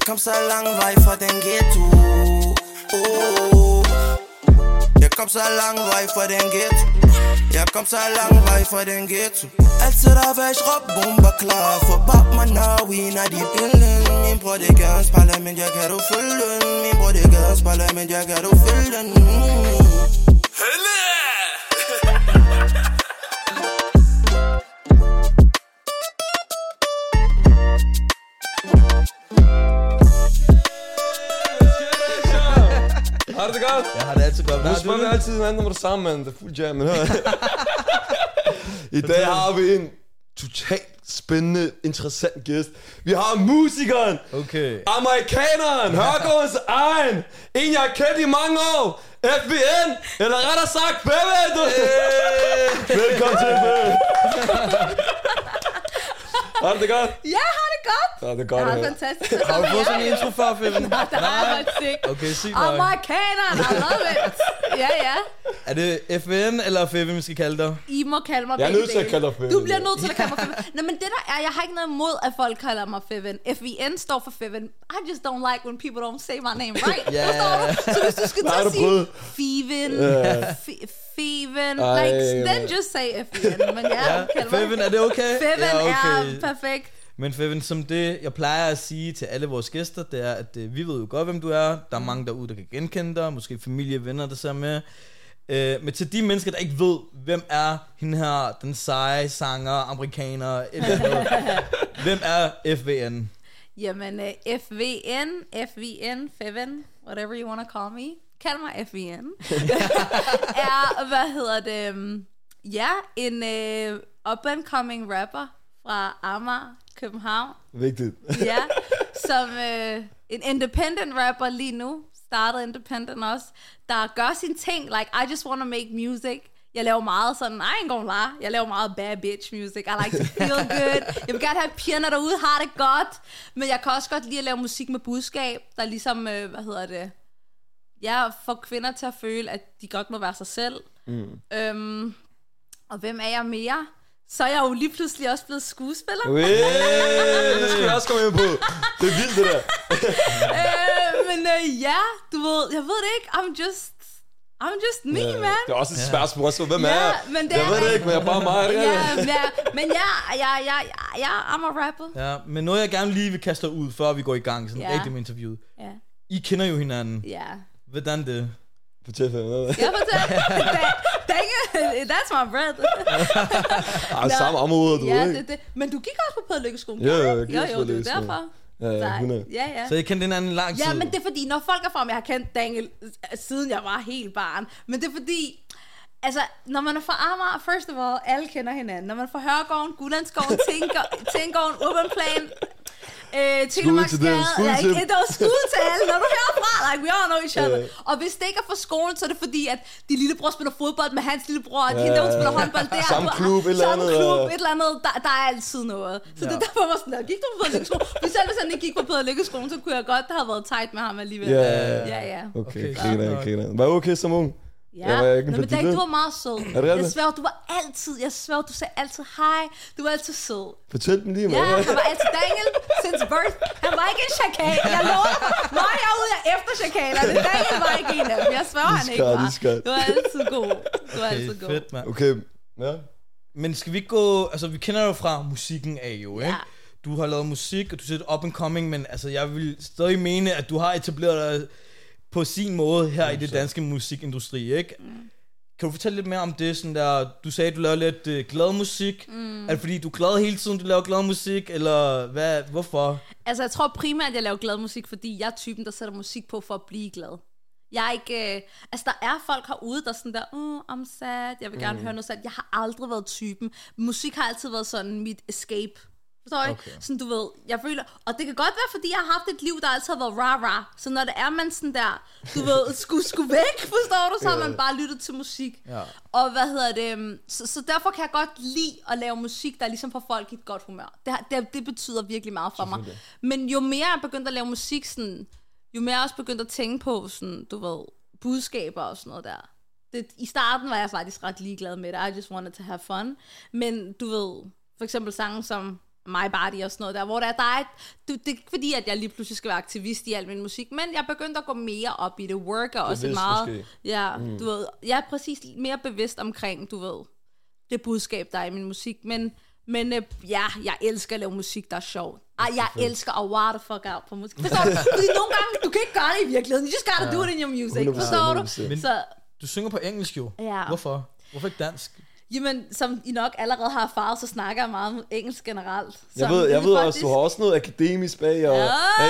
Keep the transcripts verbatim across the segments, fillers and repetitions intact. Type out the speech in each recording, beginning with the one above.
kom så lang vej fra den ghetto. Oh. Jeg kom så lang vej fra den ghetto. Jeg kom så lang vej fra den ghetto. Altid der væk råb bomber klar. For bab mig når we når de billen. Min bror det gør en spejler, men jeg kan du følge den. Min bror det gør en spejler, men jeg kan du følge den. Helle! Har du det godt? Jeg har det altid godt. Husk mig altid en anden, når du er sammen, mand. Det er fuld jam, men i dag har vi en totalt spændende, interessant gæst. Vi har musikeren, okay. amerikaneren, Hørgårdens egen, en jeg har kendt i mange år, F V N, eller rettere sagt, Feven. Hey. Velkommen til, Feven. Har du det godt? Ja, har det godt. Ja, det er godt. Jeg har fantastisk. Har du fået sådan en intro for, Feven? Nej, der har jeg ikke. Okay, sig mig. Amerikaneren, I love it. Ja, ja. Er det F V N eller Feven, vi skal kalde dig? I må kalde mig Jeg er begge nødt til at dele. kalde dig Feven. Du bliver nødt til at kalde mig Feven. Nå, men det der er, jeg har ikke noget imod, at folk kalder mig Feven. F V N står for Feven. I just don't like when people don't say my name right. Yeah. Forstår du? Så hvis du skal til at sige Feven, Feven, like, then just say F V N. Men ja, ja. Feven, er det okay? Feven ja, okay. er perfekt. Men Feven, som det, jeg plejer at sige til alle vores gæster, det er, at øh, vi ved jo godt, hvem du er. Der er mange derude, der kan genkende dig. Måske familie, venner, der ser med. Øh, men til de mennesker, der ikke ved, hvem er hende her, den seje sanger, amerikaner, eller noget. Hvem er F V N? Jamen, uh, F V N, F V N, Feven, whatever you want to call me. Kald mig F V N. er, hvad hedder det? Um, ja, en uh, up-and-coming rapper fra Amager, København. Vigtigt. Ja, som uh, en independent rapper lige nu. Startet independent også. Der gør sine ting, like, I just want to make music. Jeg laver meget sådan, I ain't gonna lie, jeg laver meget bad bitch music. I like to feel good. Jeg vil gerne have pigerne derude, har det godt. Men jeg kan også godt lide at lave musik med budskab, der ligesom, øh, hvad hedder det, ja, får kvinder til at føle, at de godt må være sig selv. Mm. Øhm, og hvem er jeg mere? Så er jeg jo lige pludselig også blevet skuespiller. Ui, det skal jeg også komme ind på. Det er vildt, det der. øh, men øh, ja, du ved, jeg ved det ikke, I'm just... I'm just me, yeah, man. Det er også et svært spørgsmål. Hvem ja, er jeg? Men det jeg er ved det ikke, men jeg er bare mig. Ja, ja, men ja, ja, ja, ja, I'm a rapper. Ja, men noget jeg gerne lige vil kaste ud, før vi går i gang, sådan ja. rigtig med interviewet. Ja. I kender jo hinanden. Ja. Hvordan det? Fortæl for mig. Ja, fortæl. Dang it, that's my brother. Ej, samme område, du ja, ved ikke. Det, det. Men du gik også på Peder Lykkeskolen. Ja, jeg gik jo, også jo, på det er Lykkeskolen. derfor. Ja, ja, hundrede. Ja, ja. Så I kendte hinanden i lang tid? Ja, men det er fordi, når folk er fra, jeg har kendt Daniel, siden jeg var helt barn. Men det er fordi, altså, når man er fra Amager, first of all, alle kender hinanden. Når man er fra Hørgården, Gullandskoven, Tingården, Urbanplan, øh, Telemarksgade, like, det var skud til alle. Når du hører fra, like, we all know each other. Yeah. Og hvis det ikke er fra skolen, så er det fordi, at de lillebror spiller fodbold med hans lillebror, og yeah. hende, der spiller håndbold der. Samme klub, et eller andet. Samme klub, et eller andet. Der, der er altid noget. Så yeah. det der var sådan, der gik du på Peder Lykkeskolen. Hvis selv hvis han ikke gik på Peder Lykkeskolen, så kunne jeg godt have været tight med ham alligevel. Ja, yeah. ja, ja. Okay, griner, griner. Var du okay som ung? Ja, Nå, men Dag, du var meget sød. Jeg svær, du var altid, jeg svær, du sagde altid hej. Du var altid sød. Fortæl dem lige, ja, han var altid Daniel since birth. Han var ikke en chakal. Jeg lover, når jeg er ude af efter chakalerne. Daniel var ikke en af dem. Jeg svær, han ikke var. Du var altid god. Du var okay, altid god. Fedt, man. Okay, ja. Men skal vi ikke gå, altså vi kender jo fra musikken af jo, ikke? Ja. Du har lavet musik, og du er up and coming, men altså jeg vil stadig mene, at du har etableret dig på sin måde her mm, i det danske musikindustri, ikke? Mm. Kan du fortælle lidt mere om det, sådan der, du sagde, at du laver lidt uh, glad musik. Mm. Er det fordi, du er glad hele tiden, du laver glad musik, eller hvad, hvorfor? Altså, jeg tror primært, at jeg laver glad musik, fordi jeg er typen, der sætter musik på for at blive glad. Jeg er ikke... Øh, altså, der er folk herude, der er sådan der, uh, I'm sad, jeg vil gerne mm. høre noget sad. Jeg har aldrig været typen. Musik har altid været sådan mit escape. Forstår okay. Sådan du ved, jeg føler, og det kan godt være, fordi jeg har haft et liv, der altid har været rah-rah. Så når det er man sådan der, du ved, skulle, skulle væk, forstår du, så har man bare lyttet til musik. Ja. Og hvad hedder det, så, så derfor kan jeg godt lide at lave musik, der ligesom får folk i et godt humør. Det, det, det betyder virkelig meget for mig. Men jo mere jeg begyndte at lave musik, sådan, jo mere jeg også begyndte at tænke på, sådan, du ved, budskaber og sådan noget der. Det, i starten var jeg faktisk ret ligeglad med det, I just wanted to have fun. Men du ved, for eksempel sangen som My Body og sådan noget der, hvor der, der er et, det, det er ikke fordi, at jeg lige pludselig skal være aktivist i al min musik, men jeg er begyndt at gå mere op i det, worker også meget, måske. ja, mm. du ved, jeg er præcis mere bevidst omkring, du ved, det budskab, der er i min musik, men, men øh, ja, jeg elsker at lave musik, der er sjovt. Ej, jeg elsker at wow the fuck out på musik. Forstår du? Fordi nogle gange, du kan ikke gøre det i virkeligheden, you just gotta ja. do it in your music, forstår du? Men så, du synger på engelsk jo, ja. Hvorfor? Hvorfor ikke dansk? Jamen, som I nok allerede har erfaret, så snakker jeg meget om engelsk generelt. Jeg ved, jeg ved faktisk... også, du har også noget akademisk bag. Og... Ja,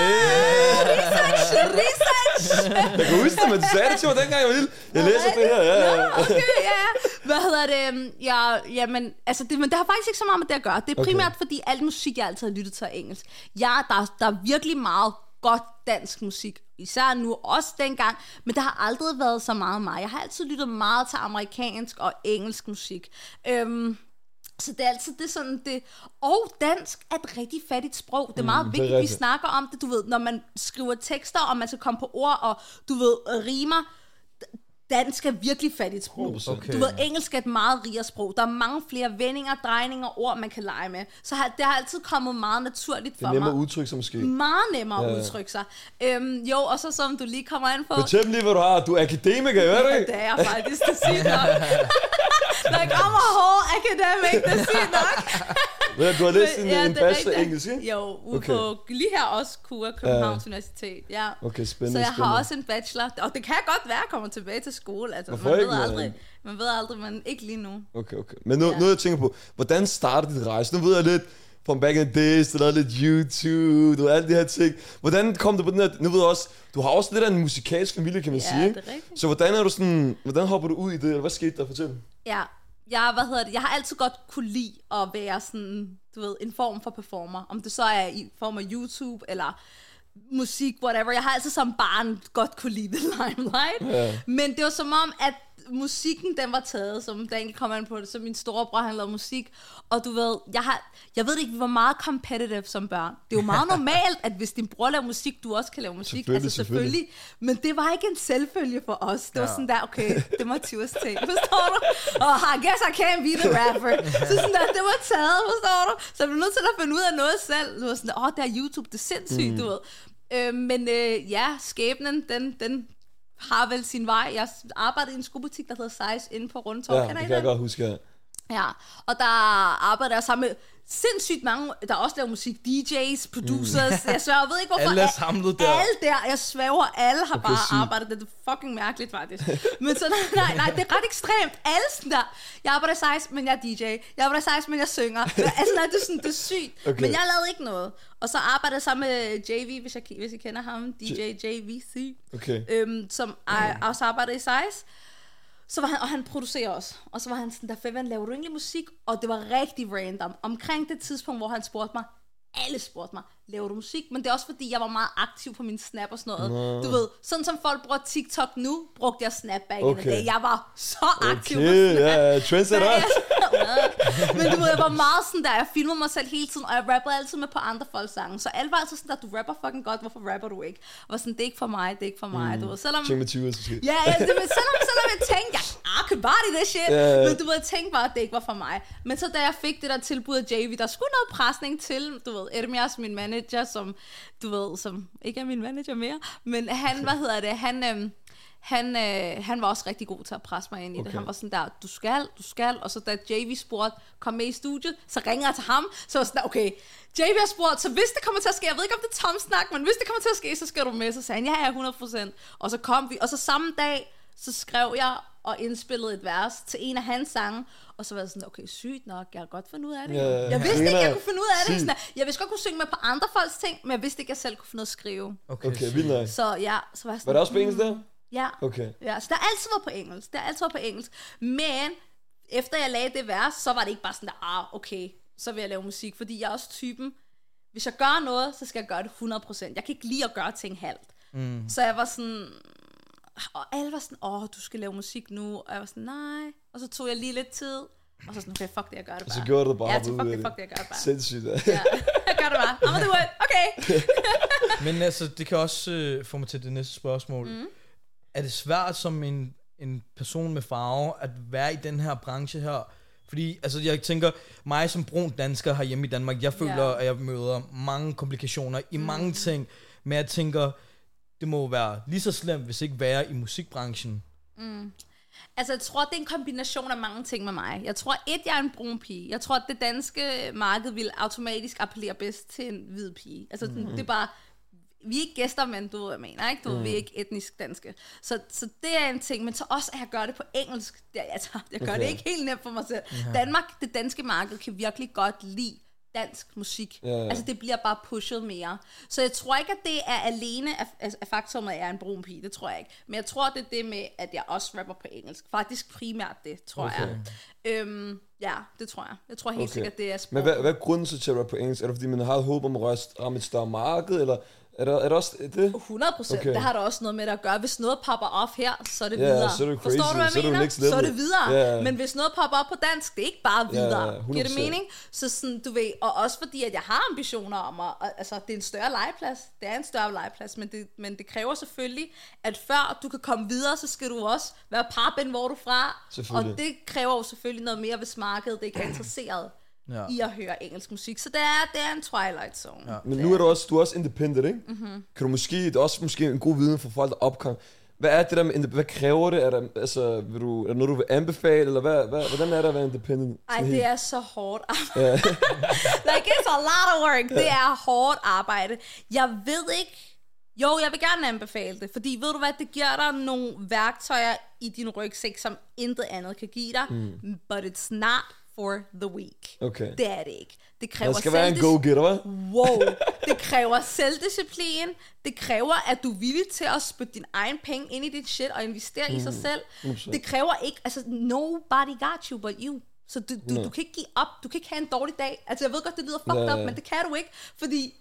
hey. research, research. Jeg kan huske det, men du sagde det til mig dengang, jeg var lille. Jeg læser det her, ja. Nå, okay, ja. Hvad hedder det? Ja, jamen, altså, det, men det har faktisk ikke så meget med det at gøre. Det er primært, okay. fordi alt musik, jeg altid har lyttet til, er engelsk. Ja, der, der er virkelig meget godt dansk musik. Især nu, også dengang, men der har aldrig været så meget mig. Jeg har altid lyttet meget til amerikansk og engelsk musik. Øhm, så det er altid det sådan, det... Og dansk er et rigtig fattigt sprog. Det er meget mm, vigtigt, at vi snakker om det. Du ved, når man skriver tekster, og man skal komme på ord, og du ved, rimer... Dansk er virkelig fattigt sprog. Okay. Du ved, engelsk er et meget rigere sprog. Der er mange flere vendinger, drejninger, ord, man kan lege med. Så det har altid kommet meget naturligt for mig. Det er nemmere at udtrykke sig måske. Meget nemmere at ja. udtrykke sig. Øhm, jo, og så som du lige kommer ind på... Fortæl lige, hvad du har. Du er akademiker, er du ikke? Det er jeg faktisk, det er sygt nok. Når jeg kommer hård akademik, det er sygt nok. Men du har læst en, ja, en bachelor i engelsk, ikke? Jo, ude okay. på, lige her også K U A, Københavns ja. Universitet. Ja. Okay, spændende. Så jeg spændende. har også en bachelor, og det kan godt være, at jeg kommer tilbage til skole. Altså, Hvorfor man ikke? Ved aldrig, man ved aldrig, men ikke lige nu. Okay, okay. Men nu, ja. nu jeg tænker på, hvordan startede dit rejse? Nu ved jeg lidt, from back in the days, du lavede lidt YouTube, du alle de her ting. Hvordan kom du på den her, nu ved jeg også, du har også lidt af en musikalsk familie, kan man ja, sige. Ja, det er rigtigt. Så hvordan er du sådan, hvordan hopper du ud i det, eller hvad skete der? Fortæl. Ja, jeg, hvad hedder det, jeg har altid godt kunne lide at være sådan, du ved, en form for performer. Om det så er i form af YouTube, eller musik, whatever. Jeg har altid som barn godt kunne lide the limelight. Ja. Men det var som om, at musikken, den var taget, som da jeg kom an på det, så min storebror, han lavede musik, og du ved, jeg har, jeg ved ikke, vi var meget competitive som børn. Det er jo meget normalt, at hvis din bror laver musik, du også kan lave musik, selvfølgelig, altså selvfølgelig, selvfølgelig, men det var ikke en selvfølge for os. Det var ja. sådan der, okay, det var Tivas ting, forstår du? Og oh, I guess I can't be the rapper. Så sådan der, det var taget, forstår du? Så jeg blev nødt til at finde ud af noget selv. Det var sådan der, åh, oh, det er YouTube, det er sindssygt, mm. du ved. Øh, men øh, ja, skæbnen, den, den har vel sin vej. Jeg arbejdede i en skobutik, der hedder Size, inde på Rundtorv. Ja, det kan jeg godt huske, ja. Ja, og der arbejder jeg sammen med sindssygt mange, der også laver musik, D J's, producers, mm. jeg sværger, jeg ved ikke hvorfor. Alle er samlet der. Alle der, jeg sværger, alle har okay, bare sygt. arbejdet, det er fucking mærkeligt faktisk. Men så, nej, nej, det er ret ekstremt, alle sådan der, jeg arbejder i Size, men jeg er D J, jeg arbejder i Size, men jeg synger, altså nej, det er sådan, det er sygt, okay. Men jeg lavede ikke noget. Og så arbejder jeg sammen med J V, hvis, jeg, hvis I kender ham, D J J V C, okay. øhm, som er, også arbejder i Size. Så var han, og han producerer også. Og så var han sådan, der Fevan, laver du egentlig musik? Og det var rigtig random. Omkring det tidspunkt, hvor han spurgte mig, alle spurgte mig, laver du musik? Men det er også fordi, jeg var meget aktiv på min Snap og sådan noget. No. Du ved, sådan som folk bruger TikTok nu, brugte jeg Snap back okay. in the day. Jeg var så aktiv okay, på Snap. Okay, ja, trendsetter. Men du ved, jeg var meget sådan der, jeg filmede mig selv hele tiden, og jeg rappede altid med på andre folks sange. Så alle var altid sådan der, du rapper fucking godt, hvorfor rapper du ikke? Og var sådan, det er ikke for mig, det er ikke for mig, mm. du ved. Selvom, Tænk med tyve år, ja, ja, det, men selvom, selvom jeg tænkte, jeg I could body this shit, yeah. Men du ved, jeg tænkte bare, at det ikke var for mig. Men så da jeg fik det der tilbud af J V, der skulle noget presning til, du ved, Ermias, min manager, som, du ved, som ikke er min manager mere, men han, hvad hedder det, han, øhm, han, øh, han var også rigtig god til at presse mig ind i okay. det. Han var sådan der, du skal, du skal, og så da J V spurgte, kom med i studiet, så ringer jeg til ham, så var sådan der, okay, J V har spurgt, så hvis det kommer til at ske, jeg ved ikke om det er tom snak, men hvis det kommer til at ske, så skal du med, så sagde han, ja, ja, hundrede procent, og så kom vi, og så samme dag, så skrev jeg og indspillede et vers til en af hans sange, og så var jeg sådan, okay, sygt nok, jeg har godt fundet ud af det. Yeah. Jeg vidste ikke, jeg kunne finde ud af det. Sådan, jeg vidste godt, kunne synge med på andre folks ting, men jeg vidste ikke, jeg selv kunne finde noget at skrive. Okay, okay vildt nice. Så ja, så var jeg sådan, var det også på engelsk der? Ja. Okay. Ja, så der har altid været på engelsk. Det har altid været på engelsk. Men efter jeg lagde det vers, så var det ikke bare sådan der, ah, okay, så vil jeg lave musik, fordi jeg er også typen, hvis jeg gør noget, så skal jeg gøre det hundrede procent. Jeg kan ikke lide at gøre ting halvt. Mm. Så jeg var sådan, og alle var sådan, åh, du skal lave musik nu, og jeg var sådan, nej, og så tog jeg lige lidt tid, og så sådan, okay, fuck det, jeg gør det bare. Og så gjorde du det bare. Ja, så fuck det, fuck det, jeg gør det bare. Sindssygt, ja. Ja, jeg gør det bare. I'm gonna do it, okay. Men altså, det kan også øh, få mig til det næste spørgsmål. Mm. Er det svært som en, en person med farve, at være i den her branche her, Fordi, altså, jeg tænker, mig som brun dansker herhjemme i Danmark, jeg føler, yeah. at jeg møder mange komplikationer i mm. mange ting, men jeg tænker, det må være lige så slemt, hvis ikke være i musikbranchen. Mm. Altså, jeg tror, det er en kombination af mange ting med mig. Jeg tror, et, jeg er en brun pige. Jeg tror, at det danske marked vil automatisk appellere bedst til en hvid pige. Altså, mm. det er bare... Vi er ikke gæster, men du ved, hvad jeg mener, ikke? Du ved, mm. vi er ikke etnisk danske. Så, så det er en ting, men så også, at jeg gør det på engelsk. Det, altså, jeg gør okay. det ikke helt nemt for mig selv. Yeah. Danmark, det danske marked, kan virkelig godt lide dansk musik. Yeah, yeah. Altså, det bliver bare pushet mere. Så jeg tror ikke, at det er alene af, af, af faktum, at jeg er en brun pige. Det tror jeg ikke. Men jeg tror, det er det med, at jeg også rapper på engelsk. Faktisk primært det, tror okay. jeg. Øhm, ja, det tror jeg. Jeg tror helt okay. sikkert, det er sprog. Men hvad, hvad er grunden til at rappe på engelsk? Er det, fordi man har et håb om at ramme et større marked, eller... Er der, er der også det? hundrede procent. Okay. Det har der også noget med at gøre. Hvis noget popper op her, så er det yeah, videre. Så er det crazy. Forstår du, hvad jeg mener? Så er det videre. Yeah. Men hvis noget popper op på dansk, det er ikke bare videre. Yeah, Giver det mening? Så sådan, du ved, og også fordi, at jeg har ambitioner om at, altså, det er en større legeplads. Det er en større legeplads, men det, men det kræver selvfølgelig, at før du kan komme videre, så skal du også være parben, hvor du er fra. Og det kræver jo selvfølgelig noget mere, hvis markedet ikke er interesseret. Ja. I at høre engelsk musik. Så det er, det er en Twilight Zone. Ja. Men nu er du også, du er også independent, ikke? Mm-hmm. Kan du måske, det er også måske en god viden for folk, der opkommer. Hvad er det der med, hvad kræver det? Er der, altså, vil du, er der noget, du vil anbefale? Eller hvad, hvad, hvordan er det at være independent? Ej, det helt? er så hårdt arbejde. Yeah. Like, it's a lot of work. Det er hårdt arbejde. Jeg ved ikke, jo, jeg vil gerne anbefale det, fordi ved du hvad, det giver dig nogle værktøjer i din rygsæk, som intet andet kan give dig, mm. but it's not for the week. Okay. Det er det ikke. Det kræver det skal være en go-getter, hva'? Wow. Det kræver selvdisciplin. Det kræver, at du er villig til at spytte din egen penge ind i dit shit og investere mm. i sig selv. Mm. Det kræver ikke, altså nobody got you but you. Så du, du, no. du kan ikke give op. Du kan ikke have en dårlig dag. Altså jeg ved godt, det lyder fucked yeah. up, men det kan du ikke, fordi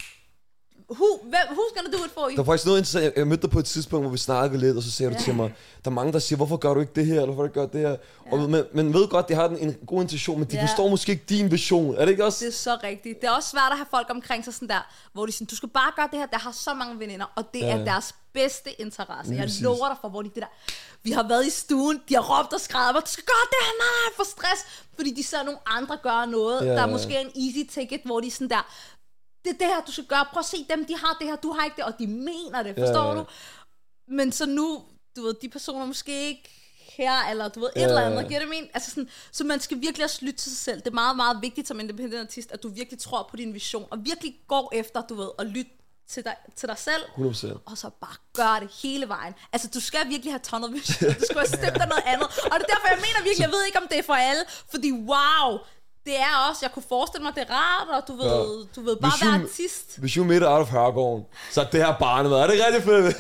Who, who's gonna do it for you? Der var faktisk noget interessant. Jeg mødte dig på et tidspunkt, hvor vi snakkede lidt, og så sagde yeah. du til mig, der er mange, der siger, hvorfor gør du ikke det her, eller hvorfor gør du det her? Yeah. Og, men, men ved godt, de har en god intention, men de yeah. forstår måske ikke din vision. Er det ikke også? Det er så rigtigt. Det er også svært at have folk omkring sig sådan der, hvor de siger, du skal bare gøre det her, der har så mange veninder, og det yeah. er deres bedste interesse. Jeg præcis. lover dig for, hvor de det der... Vi har været i stuen, de har råbt og skrevet, du skal gøre det her, nej, for stress, fordi de ser nogle andre gøre noget, yeah. der er måske en easy ticket, hvor de sådan der... Det er det her, du skal gøre. Prøv at se dem, de har det her, du har ikke det, og de mener det, forstår yeah. du? Men så nu, du ved, de personer måske ikke her, eller du ved, et yeah. eller andet, giver det mening? Altså sådan, så man skal virkelig også lytte til sig selv. Det er meget, meget vigtigt som independent artist, at du virkelig tror på din vision, og virkelig går efter, du ved, og lytte til dig, til dig selv, hundrede procent. Og så bare gør det hele vejen. Altså, du skal virkelig have tunnel vision, du skal have stemt af noget andet, og det er derfor, jeg mener virkelig, jeg ved ikke, om det er for alle, fordi wow, det er også, jeg kunne forestille mig, det er rart, og du ved, ja. du ved bare være artist. Hvis du made it out of Hørgården, så er det her barnet med. Er det ikke rigtig fedt?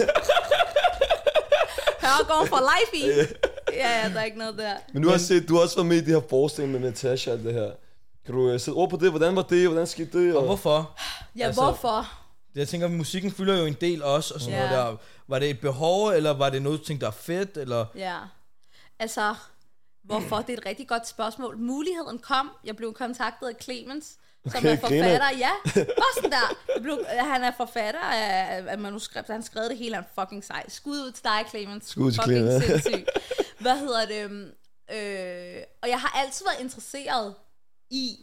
Hørgården for life i. Ja, ja, der er ikke noget der. Men du har, set, du har også været med i de her forestillinger med Natasha og det her. Kan du uh, sætte ord på det? Hvordan var det? Hvordan skete det? Og, og hvorfor? Ja, altså, hvorfor? Jeg tænker, at musikken fylder jo en del også, og sådan yeah. noget der. Var det et behov, eller var det noget, du tænkte, der er fedt, eller? Ja, altså... Hvorfor? Det er et rigtig godt spørgsmål. Muligheden kom. Jeg blev kontaktet af Clemens, som okay, er forfatter. Ja, bare sådan der. Jeg blev, han er forfatter af, af manuskript. Han skrev det hele, han fucking sej. Skud ud til dig, Clemens. Skud til Clemens. Sindssygt. Hvad hedder det? Øh, og jeg har altid været interesseret i...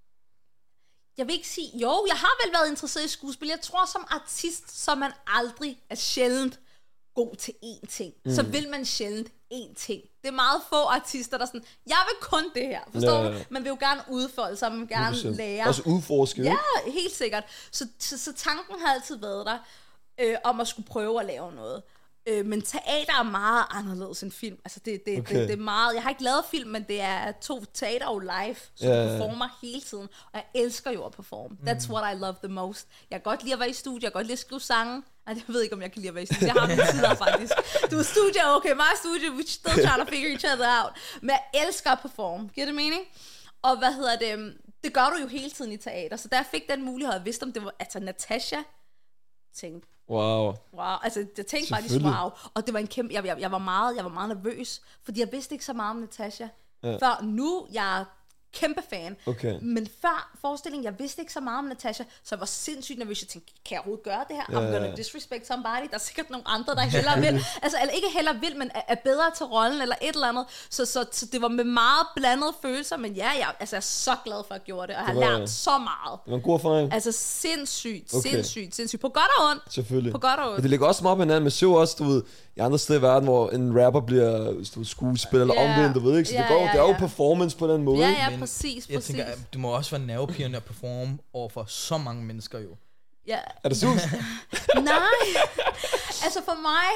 Jeg vil ikke sige... Jo, jeg har vel været interesseret i skuespil. Jeg tror, som artist, så man aldrig er sjældent god til én ting. Mm. Så vil man sjældent én ting. Det er meget få artister, der sådan, jeg vil kun det her, forstår ja, ja. du? Man vil jo gerne udfolde sig, man vil gerne hundrede procent lære. Også udforske. Ja, helt sikkert. Så, så, så tanken har altid været der, øh, om at skulle prøve at lave noget. Øh, men teater er meget anderledes end film. Altså det, det, okay. det, det er meget, jeg har ikke lavet film, men det er to teater og live, som yeah. performer hele tiden. Og jeg elsker jo at performe. That's mm. what I love the most. Jeg kan godt lide at være i studiet, jeg kan godt lide at skrive sange. Ej, jeg ved ikke, om jeg kan lide at være i studiet. Jeg har mine tider faktisk. Du er studie, okay, mig studie, we're still trying to figure each other out. Men jeg elsker at performe. Giver det mening? Og hvad hedder det? Det gør du jo hele tiden i teater. Så da jeg fik den mulighed, jeg vidste, om det var, altså Natasha, tænkte, wow. Wow, altså jeg tænkte faktisk wow. Og det var en kæmpe, jeg, jeg, jeg var meget, jeg var meget nervøs, fordi jeg vidste ikke så meget om Natasha. Ja. Før nu, jeg kæmpe fan. Okay. Men før forestillingen, jeg vidste ikke så meget om Natasha, så jeg var sindssygt nervøs. Jeg tænkte, kan jeg overhovedet gøre det her? Ja, I'm ja. gonna disrespect somebody. Der er sikkert nogle andre, der hellere vil. Altså, eller ikke hellere vil, men er, er bedre til rollen, eller et eller andet. Så, så, så det var med meget blandede følelser, men ja, jeg, altså, jeg er så glad for, at jeg gjorde det, og jeg har Det var- lært så meget. Det var en god erfaring. Altså, sindssygt, Okay. sindssygt, sindssygt. På godt og ondt. Selvfølgelig. På godt og Men ondt. det ligger også meget på hinanden. Man ser jo også, du ved, i andre steder i verden, hvor en rapper bliver du ved, skuespiller eller Ja. omvendt, du ved ikke? Så Ja, det, går, ja, det er jo ja. performance på den måde. Ja, ikke? ja, Men præcis, Jeg præcis. tænker, du må også være nervepirrende at performe over for så mange mennesker jo. Ja. Er det sus? Nej, altså for mig,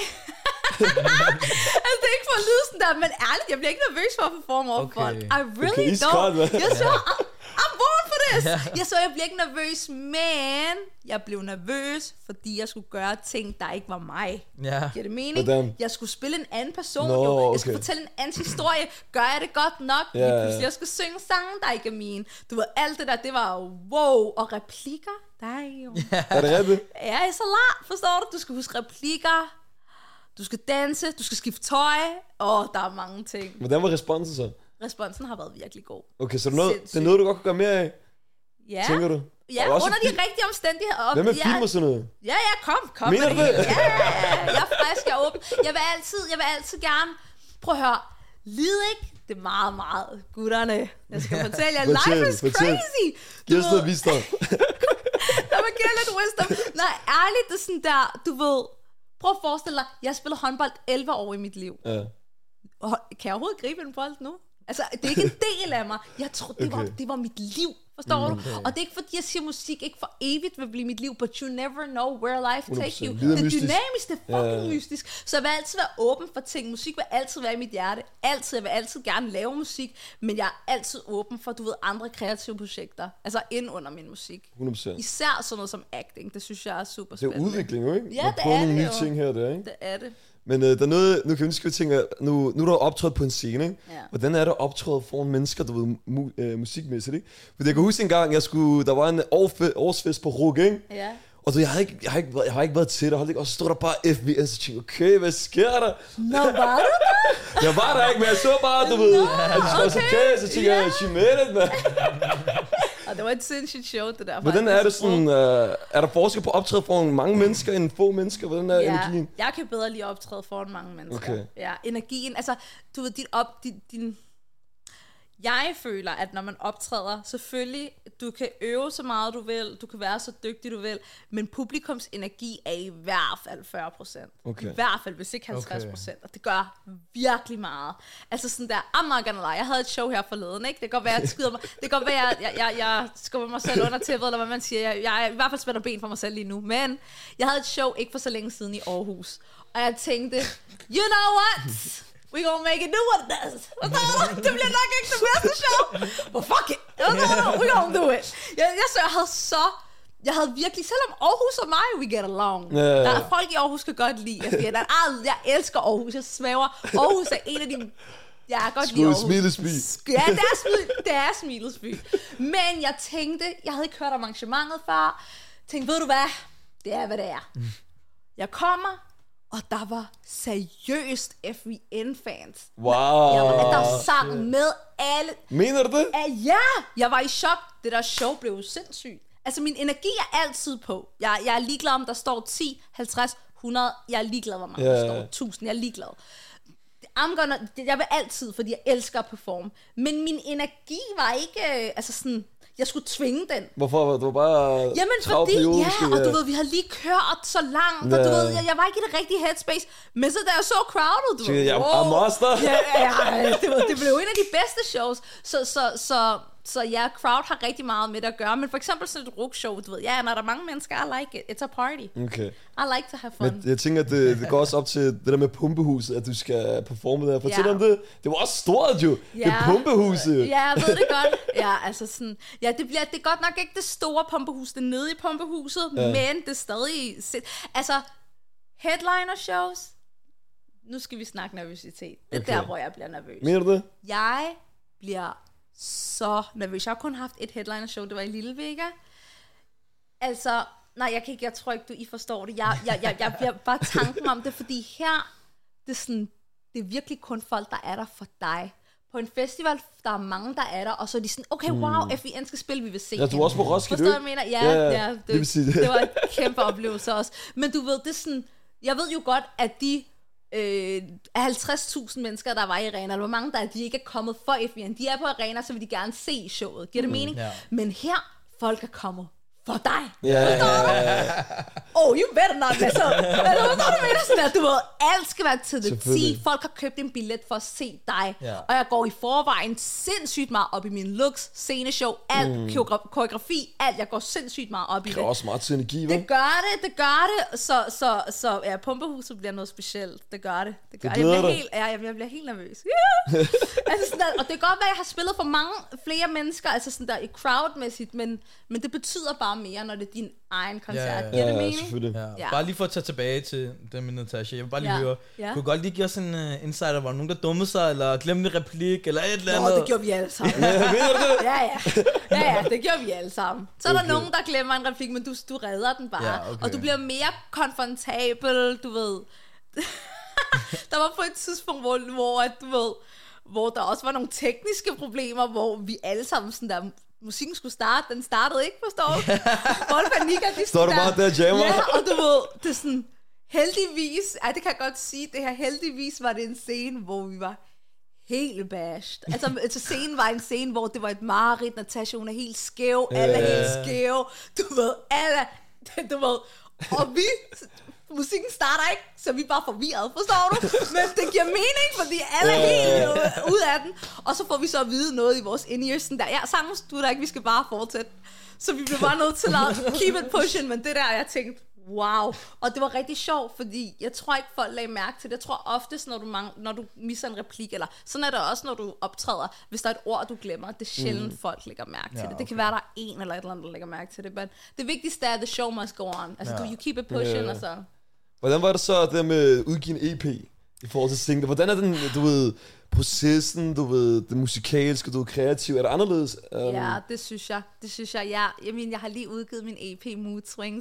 altså det er ikke for at lyde sådan der, men ærligt, jeg bliver ikke nervøs for at performe over Okay. folk. I really Okay, iskoldt, don't. hva'? Jeg så, I'm, I'm born for this. Jeg så, jeg bliver ikke nervøs, men jeg blev nervøs, fordi jeg skulle gøre ting, der ikke var mig. Ja. Giver det mening? Hvordan? Jeg skulle spille en anden person, Nå, jo. Jeg okay. skulle fortælle en anden historie. Gør jeg det godt nok? Ja, Lige ja. pludselig, jeg skulle synge sange, der ikke er mine. Du ved, alt det der, det var jo wow. Og replikker, der er jo... Er det rigtigt? Ja, så langt, forstår du? Du skal huske replikker, du skal danse, du skal skifte tøj, og der er mange ting. Hvordan var responsen så? Responsen har været virkelig god. Okay, så det er noget, Sindssygt. det er noget, du godt kan gøre mere af, Ja, tænker du? ja Og også under de fi- rigtige omstændigheder. Og Hvad med ja, film og sådan noget? Ja, ja, kom, kom. Mener med du det? Ja, jeg er frisk, jeg er åben. Jeg vil altid, jeg vil altid gerne, prøv at høre, lid ikke, det er meget, meget gutterne. Jeg skal fortælle jer, Fortæl, life is fortæl. crazy. Giv Du os ved- noget visdom. Der var giver lidt wisdom. Nej, ærligt, det er sådan der, du ved, prøv at forestille dig, jeg har spillet håndbold elleve år i mit liv. Ja. Og kan jeg overhovedet gribe en bold nu? Altså, det er ikke en del af mig. Jeg tror, det, var, Okay. det var mit liv. Forstår du? Og det er ikke fordi, jeg siger, at musik ikke for evigt vil blive mit liv, but you never know where life takes you. hundrede procent. Det Lyder er mystisk. dynamisk, det er fucking Ja. mystisk. Så jeg vil altid være åben for ting. Musik vil altid være i mit hjerte. Altid. Jeg vil altid gerne lave musik, men jeg er altid åben for, du ved, andre kreative projekter. Altså ind under min musik. hundrede procent. Især sådan noget som acting. Det synes jeg er super Det er jo spændende. udvikling, jo, ikke? Ja, Man det prøver er nogle det nye jo. ting her og der, ikke? Det er det. Men øh, der er noget, nu kan vi skal tænke, nu, nu er du optrådt på en scene, ikke? Ja. Hvordan er det at optræde foran mennesker, du ved, mu, øh, musikmæssigt, ikke? For jeg kan huske en gang, jeg skulle, der var en årfe, årsfest på R U G, ikke? Ja. Og så jeg har ikke, jeg har ikke, været- jeg har ikke været til det, og så stod der bare F B S, og tænkte, okay, hvad sker der? Nå, var du der? Jeg var der ikke, men jeg så bare, du ved, Nå, at de stod så okay. okay, så tænkte jeg, Ja. she made it, man. Og det var et sindssygt show, det der. Hvordan er det sådan, øh, er der forskel på at optræde foran mange mennesker end få mennesker? Hvordan er Ja, energien? jeg kan bedre lige optræde foran mange mennesker. Okay. Ja, energien, altså, du ved, dit op, din, din... Jeg føler, at når man optræder, selvfølgelig, du kan øve så meget du vil, du kan være så dygtig du vil, men publikums energi er i hvert fald fyrre procent. Okay. I hvert fald, hvis ikke halvtreds procent. Og det gør virkelig meget. Altså sådan der, I'm not gonna lie, jeg havde et show her forleden, ikke? Det kan godt være, jeg skyder mig, det kan godt være, jeg, jeg, jeg, jeg skubber mig selv under tæppet, eller hvad man siger. Jeg, jeg i hvert fald spænder ben for mig selv lige nu. Men jeg havde et show ikke for så længe siden i Aarhus. Og jeg tænkte, you know what? We gonna make it do what it does. Det bliver nok ikke det bedste show. But fuck it. We gonna do it. Jeg, jeg, så jeg havde så... Jeg havde virkelig, selvom Aarhus og mig, we get along. Ja, ja, ja. Der er folk i Aarhus, kan godt lide. Jeg, siger, der er, jeg elsker Aarhus. Jeg svæver. Aarhus er en af de... Jeg kan godt lide Skud Aarhus. smilets by. Ja, det er, smil, det er smilets by. Men jeg tænkte, jeg havde ikke hørt om arrangementet før. Tænkte, ved du hvad? Det er, hvad det er. Jeg kommer, og der var seriøst F V N-fans. Wow. Jeg var, der sang med alle. Mener du det? Uh, ja, jeg var i chok. Det der show blev jo sindssygt. Altså, min energi er altid på. Jeg, jeg er ligeglad, om der står ti, halvtreds, hundrede. Jeg er ligeglad, hvor mange Ja, der ja. står. tusind, jeg er ligeglad. I'm gonna, jeg vil altid, fordi jeg elsker at performe. Men min energi var ikke, øh, altså sådan, jeg skulle tvinge den. Hvorfor? Du var bare Jamen travlt fordi, periode, ja, måske, og du ved, vi havde lige kørt så langt, og du Ja. ved, jeg, jeg var ikke i det rigtige headspace, men så da jeg så crowded, du Tænkte, ved, jeg er monster. ja, ja, det, var, det blev en af de bedste shows, så, så, så, så ja, crowd har rigtig meget med det at gøre, men for eksempel sådan et rock-show, du ved, ja, når der er mange mennesker, I like it, it's a party, Okay. I like to have fun. Men jeg tænker, at det, det går også op til det der med pumpehuset, at du skal performe der. Fortæl Ja. om det. Det var også stort jo. Det er pumpehuset. Ja, jeg ved det godt. Ja, altså sådan, ja, det bliver, det er godt nok ikke det store pumpehus, det er nede i pumpehuset, Ja. ja. Men det er stadig, sind- altså, headliner shows, nu skal vi snakke nervøsitet. Det er Okay. der, hvor jeg bliver nervøs. Mener du det? Jeg bliver så nervøs. Jeg har kun haft et headliner show, det var i Lille Vega. Altså, nej, jeg kan ikke, jeg tror ikke, du I forstår det. Jeg, jeg, jeg, jeg bliver bare tanken om det, fordi her, det er sådan, det er virkelig kun folk, der er der for dig. på en festival, der er mange, der er der, og så er de sådan, okay, wow, mm. F I N skal spille, vi vil se Ja, du er også på Roskilde, Forstår jeg mener? Ja, ja, ja, ja, det, det, vil sige det. det var en kæmpe oplevelse også. Men du ved, det er sådan, jeg ved jo godt, at de øh, halvtreds tusind mennesker, der var i arena, hvor mange der er, de ikke er kommet for F I N. De er på arena, så vil de gerne se showet. Giver det mm, mening? Yeah. Men her, folk er kommet for dig. Yeah. Oh, you better not mess up. Eller forstår du mener sådan, at du ved, alt skal være til det ti. Folk har købt en billet for at se dig. Yeah. Og jeg går i forvejen sindssygt meget op i mine looks, sceneshow, alt, mm. koreografi, alt. Jeg går sindssygt meget op i det. Det er også meget til energi, vel? Det gør det, det gør det. Så, så, så ja, Pumpehuset bliver noget specielt. Det gør det. Det gør det. Jeg bliver helt, ja, jeg, jeg bliver helt nervøs. Yeah. altså sådan der, og det kan godt være, at jeg har spillet for mange flere mennesker, altså sådan der i crowdmæssigt, men, men det betyder bare mere, når det er din egen koncert. Ja, ja, ja, det ja, selvfølgelig. Ja. Ja. Bare lige for at tage tilbage til det med Natasha. Jeg vil bare lige ja. høre, ja. kunne godt lige give os en uh, insider, var nogen, der dummede sig, eller glemte replik, eller et eller andet? Nå, det gjorde vi alle sammen. ja, ja. ja, ja, det gjorde vi alle sammen. Så er okay. der nogen, der glemmer en replik, men du, du redder den bare. Ja, okay. Og du bliver mere konfrontabel, du ved. Der var på et tidspunkt, hvor, hvor, at, du ved, hvor der også var nogle tekniske problemer, hvor vi alle sammen sådan der... musikken skulle starte, den startede ikke, forstår du? Folk panikker, de står du bare der jammer? Ja, og du ved, det er sådan, heldigvis, ja, det kan jeg godt sige, det her, heldigvis var det en scene, hvor vi var helt bashed. Altså, altså scenen var en scene, hvor det var et mareridt, Natasha, hun er helt skæv, alle er helt skæve, du ved, alle, du ved, og vi... musikken starter ikke, så vi er bare forvirret, forstår du? Men det giver mening, fordi alle er helt øh, ud af den. Og så får vi så at vide noget i vores in-ears, sådan der, ja, sangen slutter ikke, vi skal bare fortsætte. Så vi blev bare nødt til at keep it pushing, men det der, jeg tænkte, wow. Og det var rigtig sjovt, fordi jeg tror ikke, folk lagde mærke til det. Jeg tror oftest, når du, mang- når du misser en replik, eller sådan er det også, når du optræder, hvis der er et ord, du glemmer, det er sjældent, mm. folk lægger mærke til ja, det. Det okay. kan være, der er en eller et eller andet, der lægger mærke til det, men det vigtigste er, at the show must go on. Altså, ja. du, you keep it pushing, yeah. og så... Hvordan var det så, det med at udgive en E P i forhold til single? Hvordan er den, du ved, processen, du ved, det musikalske, du ved, kreativ? Er det anderledes? Um... Ja, det synes jeg. Det synes jeg, ja. Jeg mener, jeg har lige udgivet min E P, Mood Swings.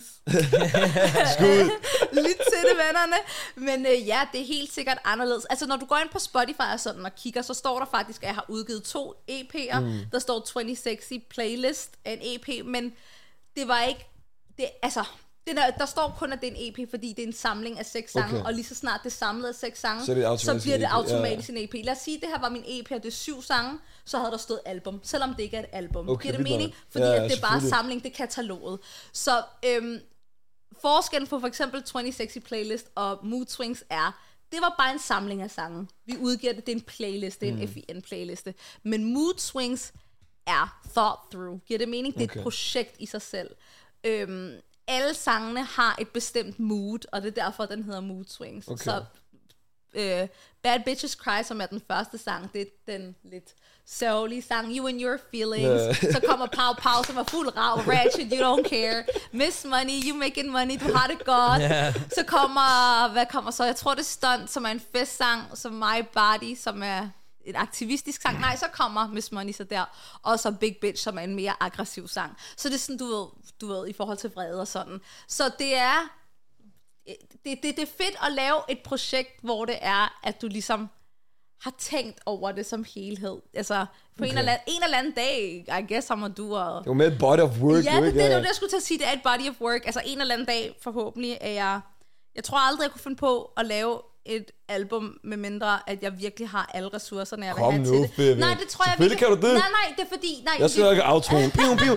Skud! Lidt til det, vennerne. Men øh, ja, det er helt sikkert anderledes. Altså, når du går ind på Spotify og sådan og kigger, så står der faktisk, at jeg har udgivet to E P'er. Mm. Der står tyve sexy playlist af en E P, men det var ikke... Det, altså... Det der, der står kun, at det er en E P, fordi det er en samling af seks sange, okay. og lige så snart det er samlet af seks sange, så, det så bliver det automatisk en E P. Lad os sige, at det her var min E P, og det er syv sange, så havde der stået album, selvom det ikke er et album. Okay, giver det mening? Fordi ja, at det er bare samling, det er kataloget. Så øhm, forskellen på for eksempel tyve sexy playlist og Mood Swings er, det var bare en samling af sange. Vi udgiver det, det er en playlist, det er en mm. F I N playliste. Men Mood Swings er thought through. Giver det mening? Det er okay. et projekt i sig selv. Øhm, alle sangene har et bestemt mood, og det er derfor, den hedder Mood Swings. Okay. Så uh, Bad Bitches Cry, som er den første sang, det er den lidt sørgelige sang, You and Your Feelings. Yeah. Så kommer Pow Pow, som er fuld rav, Ratchet, You Don't Care. Miss Money, You Making Money, Du har det godt. Yeah. Så kommer, hvad kommer så? Jeg tror, det er Stunt, som er en festsang, som My Body, som er en aktivistisk sang. Nej, så kommer Miss Money så der. Og så Big Bitch, som er en mere aggressiv sang. Så det er sådan, du ved, du ved, i forhold til vrede og sådan. Så det er, det, det, det er fedt at lave et projekt, hvor det er, at du ligesom har tænkt over det som helhed. Altså, på okay. en, eller anden, en eller anden dag, I guess, har du og... Det er med et body of work. Ja, det, det er det, jeg skulle til at sige. Det er et body of work. Altså, en eller anden dag, forhåbentlig, er jeg... Jeg tror aldrig, jeg kunne finde på at lave et album, med mindre, at jeg virkelig har alle ressourcerne, jeg vil Kom have nu, til det. Baby. Nej, det tror jeg selvfølgelig kan du det. Nej, nej, det er fordi... Nej, jeg skal det, ikke outroen. Piu, piu.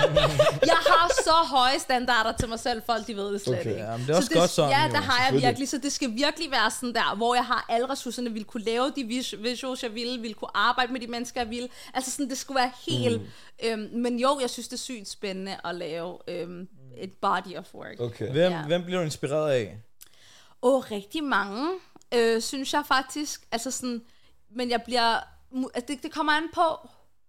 Jeg har så høje standarder til mig selv, folk de ved det slet okay. ikke. Ja, men det er også så det, godt sådan. Ja, der har jeg virkelig. Så det skal virkelig være sådan der, hvor jeg har alle ressourcerne, vil kunne lave de visuals, jeg ville, vil kunne arbejde med de mennesker, jeg ville. Altså sådan, det skulle være helt... Mm. Øhm, men jo, jeg synes, det er sygt spændende at lave øhm, et body of work. Okay. Hvem, ja. hvem bliver du inspireret af? Åh, oh, rigtig mange. Øh, synes jeg faktisk, altså sådan, men jeg bliver, altså det, det kommer an på,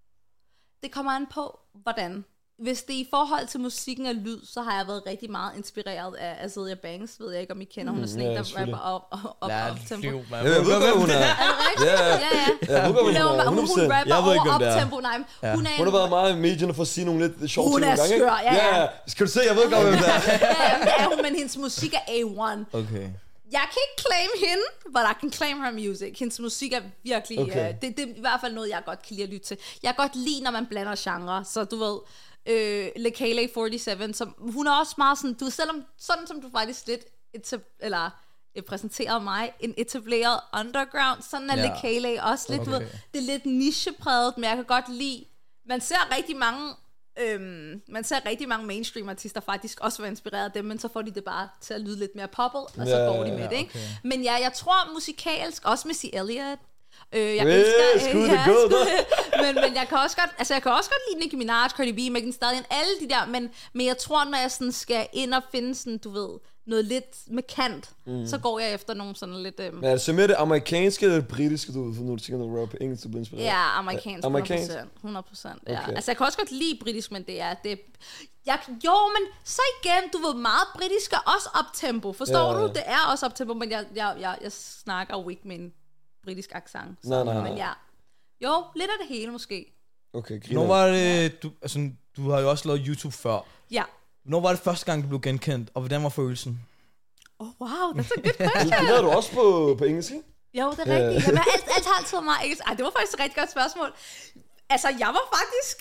det kommer an på, hvordan. Hvis det er i forhold til musikken og lyd, så har jeg været rigtig meget inspireret af Azealia Banks, ved jeg ikke, om I kender, hun er sådan en, der rapper op, op, op, op tempo. Jeg ved godt, hun er. Er det rigtigt? Ja, ja. Hun rapper over op tempo, nej, hun er... Hun har været meget i medierne for at sige nogle lidt sjove ting. Hun er skør, ja, ja. Skal du se, jeg ved godt, hvem det er. Ja, men hendes musik er A one. Okay. Jeg kan ikke claim hende, but I can claim her music. Hendes musik er virkelig... Okay. Uh, det, det er i hvert fald noget, jeg godt kan lide at lytte til. Jeg kan godt lide, når man blander genre. Så du ved... Øh, Lekele syvogfyrre, som hun er også meget sådan... Du ved, selvom sådan som du faktisk lidt... Etab- eller øh, præsenterede mig, en etableret underground. Sådan er Ja. Lekele også lidt... Okay. Du ved, det er lidt nichepræget, men jeg kan godt lide... Man ser rigtig mange... Øhm, man ser rigtig mange mainstream artister faktisk også være inspireret af dem, men så får de det bare til at lyde lidt mere poppet, og så Ja, går de med ja, det, ikke? okay. Men ja, jeg tror musikalsk, også Missy Elliott, øh, jeg Hey, elsker... skud det god, skud- men, men jeg kan også godt, altså jeg kan også godt lide Nicki Minaj, Cardi B, Megan Thee Stallion, alle de der, men, men jeg tror, når jeg sådan skal ind og finde sådan, du ved, noget lidt med kant, mm. så går jeg efter nogle sådan lidt... Øhm, Men er det så mere det amerikanske eller det britiske, du ved, for når du tænker noget rap på engelsk, du bliver inspireret? ja, amerikansk, Amerikansk? hundrede procent. Ja. Okay. Altså, jeg kan også godt lide britisk, men det er... Det, jeg, jo, men så igen, du ved, meget britisk er også optempo. Forstår Ja, du? ja. Det er også optempo, men jeg, jeg, jeg, jeg snakker jo ikke med en britisk accent. Så, Nej, nej, nej. Men ja. Jo, lidt af det hele måske. Okay, griner. Når var det... Du, altså, du har jo også lavet YouTube før. Ja. Når var det første gang, du blev genkendt, og hvordan var følelsen? Oh, wow, that's a good question. Det lavede du også på, på engelsk, ikke? Jo, det er rigtigt. Jamen, alt, alt har altid været meget engelsk. Ej, det var faktisk et rigtig godt spørgsmål. Altså, jeg var faktisk...